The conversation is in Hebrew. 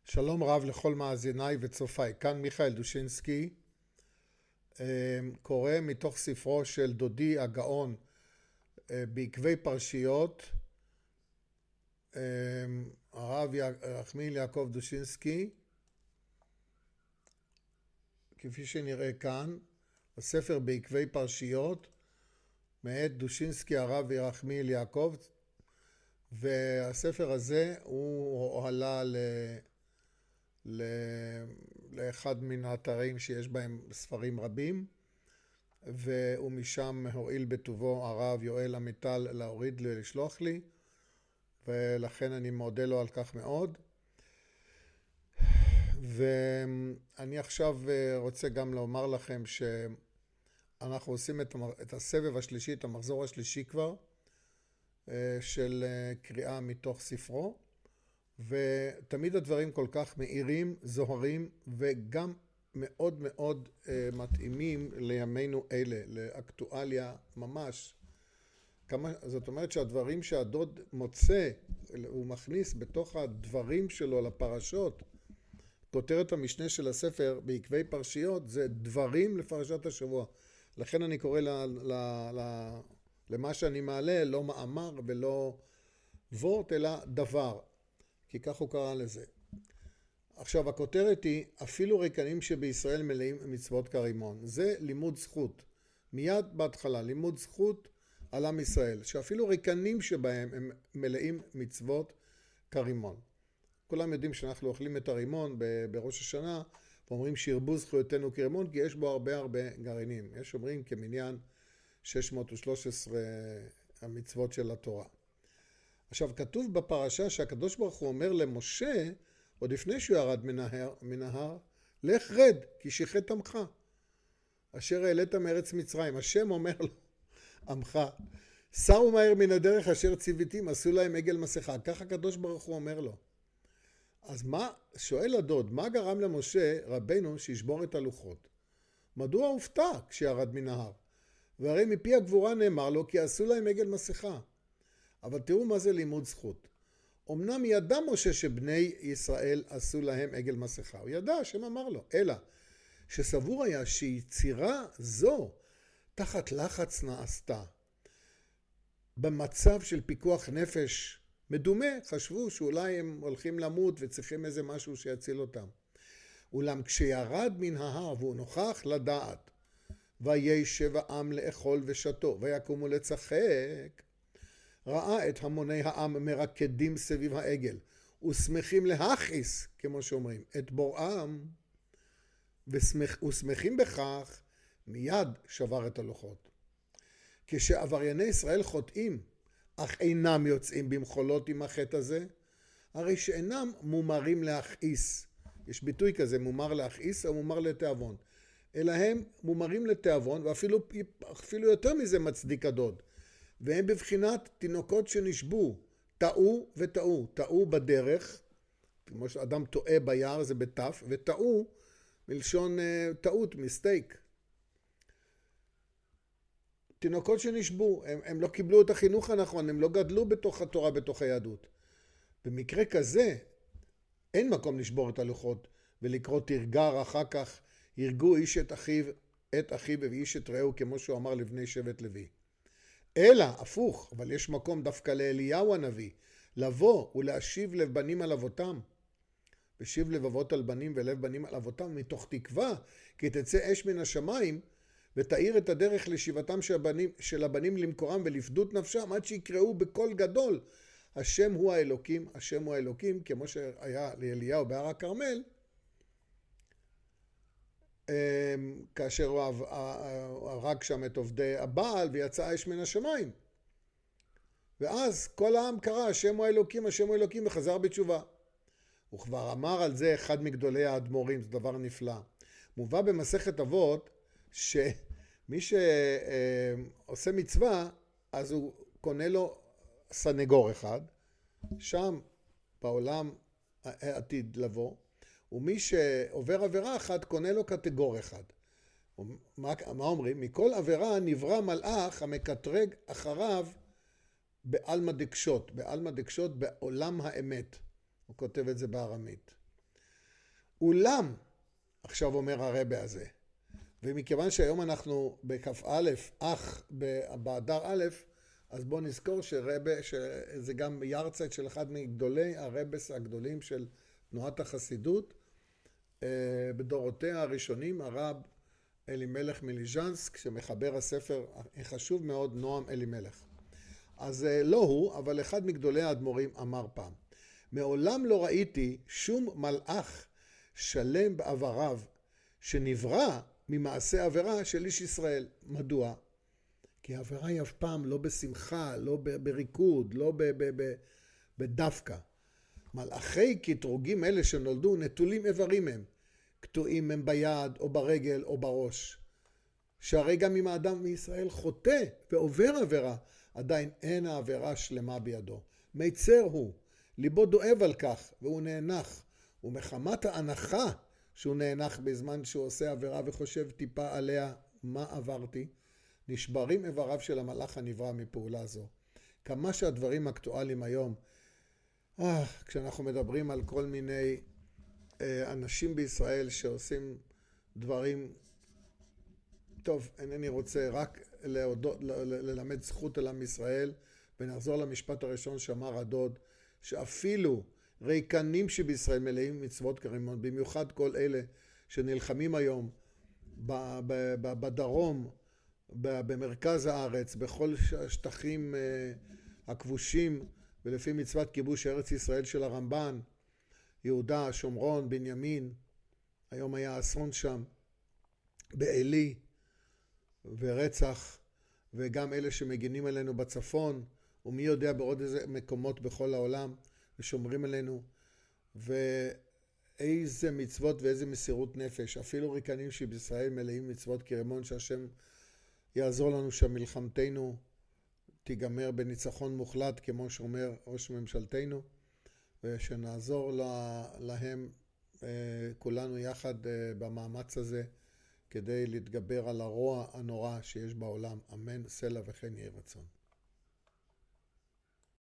שלום רב לכל מאזיניי וצופיי, כאן מיכאל דושינסקי, קורא מתוך ספרו של דודי הגאון בעקבי פרשיות, הרב רחמיאל יעקב דושינסקי, כפי שנראה כאן, הספר בעקבי פרשיות, מאת דושינסקי הרב רחמיאל יעקב, והספר הזה הוא הועלה לאחד מן האתרים שיש בהם ספרים רבים, ומשם הועיל בטובו הרב יואל עמיטל להוריד לשלוח לי, ולכן אני מודה לו על כך מאוד. ואני עכשיו רוצה גם לומר לכם שאנחנו עושים את הסבב השלישי, את המחזור השלישי כבר, של קריאה מתוך ספרו, ותמיד הדברים כל כך מאירים, זוהרים, וגם מאוד מאוד מתאימים לימינו אלה, לאקטואליה ממש. זאת אומרת שהדברים שהדוד מוצא, הוא מכניס בתוך הדברים שלו לפרשות, כותרת המשנה של הספר בעקבי פרשיות, זה דברים לפרשת השבוע. לכן אני קורא למה שאני מעלה, לא מאמר ולא וורט, אלא דבר. כי כך הוא קרא לזה. עכשיו, הכותרת היא, אפילו ריקנים שבישראל מלאים מצוות כרימון. זה לימוד זכות. מיד בהתחלה, לימוד זכות על עם ישראל. שאפילו ריקנים שבהם הם מלאים מצוות כרימון. כולם יודעים שאנחנו אוכלים את הרימון בראש השנה, ואומרים שירבו זכויותינו כרימון, כי יש בו הרבה גרעינים. יש אומרים כמניין 613 המצוות של התורה. עכשיו, כתוב בפרשה שהקדוש ברוך הוא אומר למשה, עוד לפני שהוא ירד מן ההר, לך רד, כי שיחת עמך, אשר העלית מארץ מצרים. השם אומר לו, עמך, סרו מהר מן הדרך אשר ציוויתים, עשו להם עגל מסכה. ככה הקדוש ברוך הוא אומר לו. אז שואל הדוד, מה גרם למשה רבנו שישבור את הלוחות? מדוע הופתע כשירד מן ההר? והרי מפי הגבורה נאמר לו, כי עשו להם עגל מסכה. אבל תראו מה זה לימוד זכות. אמנם ידע משה שבני ישראל עשו להם עגל מסכה. הוא ידע, השם אמר לו. אלא שסבור היה שיצירה זו תחת לחץ נעשתה. במצב של פיקוח נפש מדומה, חשבו שאולי הם הולכים למות וצריכים איזה משהו שיציל אותם. אולם כשירד מן ההר והוא נוכח לדעת, וישב העם לאכול ושתו, ויקומו לצחק, ראה את המוני העם מרקדים סביב העגל, ושמחים להכעיס, כמו שאומרים, את בוראם, ושמחים בכך, מיד שבר את הלוחות. כשעברייני ישראל חוטאים, אך אינם יוצאים במחולות עם החטא הזה, הרי שאינם מומרים להכעיס. יש ביטוי כזה, מומר להכעיס או מומר לתיאבון. אלא הם מומרים לתיאבון, ואפילו יותר מזה מצדיק הדוד. והם בבחינת תינוקות שנשבו, טעו וטעו. טעו בדרך, כמו שאדם טועה ביער זה בתף, וטעו מלשון טעות, מיסטייק. תינוקות שנשבו, הם לא קיבלו את החינוך הנכון, הם לא גדלו בתוך התורה, בתוך היהדות. במקרה כזה, אין מקום לשבור את הלוחות ולקרוא תרגר אחר כך, ירגו איש את אחיו ואיש את רעהו, כמו שהוא אמר לבני שבט לוי. אלא, הפוך, אבל יש מקום דווקא לאליהו הנביא, לבוא ולהשיב לב בנים על אבותם, ושיב לבבות על בנים ולב בנים על אבותם, מתוך תקווה, כי תצא אש מן השמיים, ותאיר את הדרך לשיבתם של הבנים למקורם ולפדות נפשם, עד שיקראו בקול גדול, השם הוא האלוקים, השם הוא האלוקים, כמו שהיה לאליהו בהר הכרמל, כאשר הוא הרג שם את עובדי הבעל ויצא אש מן השמיים. ואז כל העם קרא, השם הוא האלוקים, השם הוא האלוקים, וחזר בתשובה. הוא כבר אמר על זה אחד מגדולי האדמו"רים, זה דבר נפלא. מובא במסכת אבות, שמי שעושה מצווה, אז הוא קונה לו סנגור אחד, שם בעולם העתיד לבוא, ומי שעובר עבירה אחת, קונה לו קטגור אחד. מה אומרים? מכל עבירה נברא מלאך המקטרג אחריו בעלמא דקשות, בעלמא דקשות בעולם האמת. הוא כותב את זה בארמית. אולם, עכשיו אומר הרבה הזה, ומכיוון שהיום אנחנו בכ"א, באדר א', אז בואו נזכור שזה גם ירצייט של אחד מגדולי הרבס הגדולים של תנועת החסידות, בדורותיה הראשונים, הרב אלימלך מליז'נסק, שמחבר הספר החשוב מאוד, נועם אלימלך. אז לא הוא, אבל אחד מגדולי האדמו"רים אמר פעם, מעולם לא ראיתי שום מלאך שלם בעבריו שנברא ממעשה עבירה של איש ישראל. מדוע? כי העבירה היא אף פעם לא בשמחה, לא בריקוד, לא בדווקא. מלאכי קטרוגים אלה שנולדו נטולים איברים הם, קטועים הם ביד או ברגל או בראש. שהרי גם אם האדם מישראל חוטא ועובר עבירה, עדיין אין העבירה שלמה בידו. מיצר הוא, ליבו דואב על כך והוא נאנח, ומחמת ההנחה שהוא נאנח בזמן שהוא עושה עבירה וחושב טיפה עליה מה עברתי, נשברים איבריו של המלאך הנברא מפעולה זו. כמה שהדברים אקטואליים היום, כשאנחנו מדברים על כל מיני אנשים בישראל שעושים דברים, טוב, אינני רוצה רק ללמד זכות על עם ישראל, ונחזור למשפט הראשון שאמר הדוד, שאפילו ריקנים שבישראל מלאים מצוות כרימון, במיוחד כל אלה שנלחמים היום בדרום, במרכז הארץ, בכל השטחים הכבושים, ולפי מצוות כיבוש ארץ ישראל של הרמב"ן, יהודה, שומרון, בנימין, היום היה אסון שם, בעלי, ורצח, וגם אלה שמגינים עלינו בצפון, ומי יודע בעוד איזה מקומות בכל העולם, ושומרים עלינו, ואיזה מצוות ואיזה מסירות נפש, אפילו ריקנים שבישראל מלאים מצוות כרמון, שהשם יעזור לנו שהמלחמתנו תיגמר בניצחון מוחלט, כמו שאומר ראש ממשלתנו, ושנעזור להם כולנו יחד במאמץ הזה, כדי להתגבר על הרוע הנורא שיש בעולם. אמן, סלע וכן יהי רצון.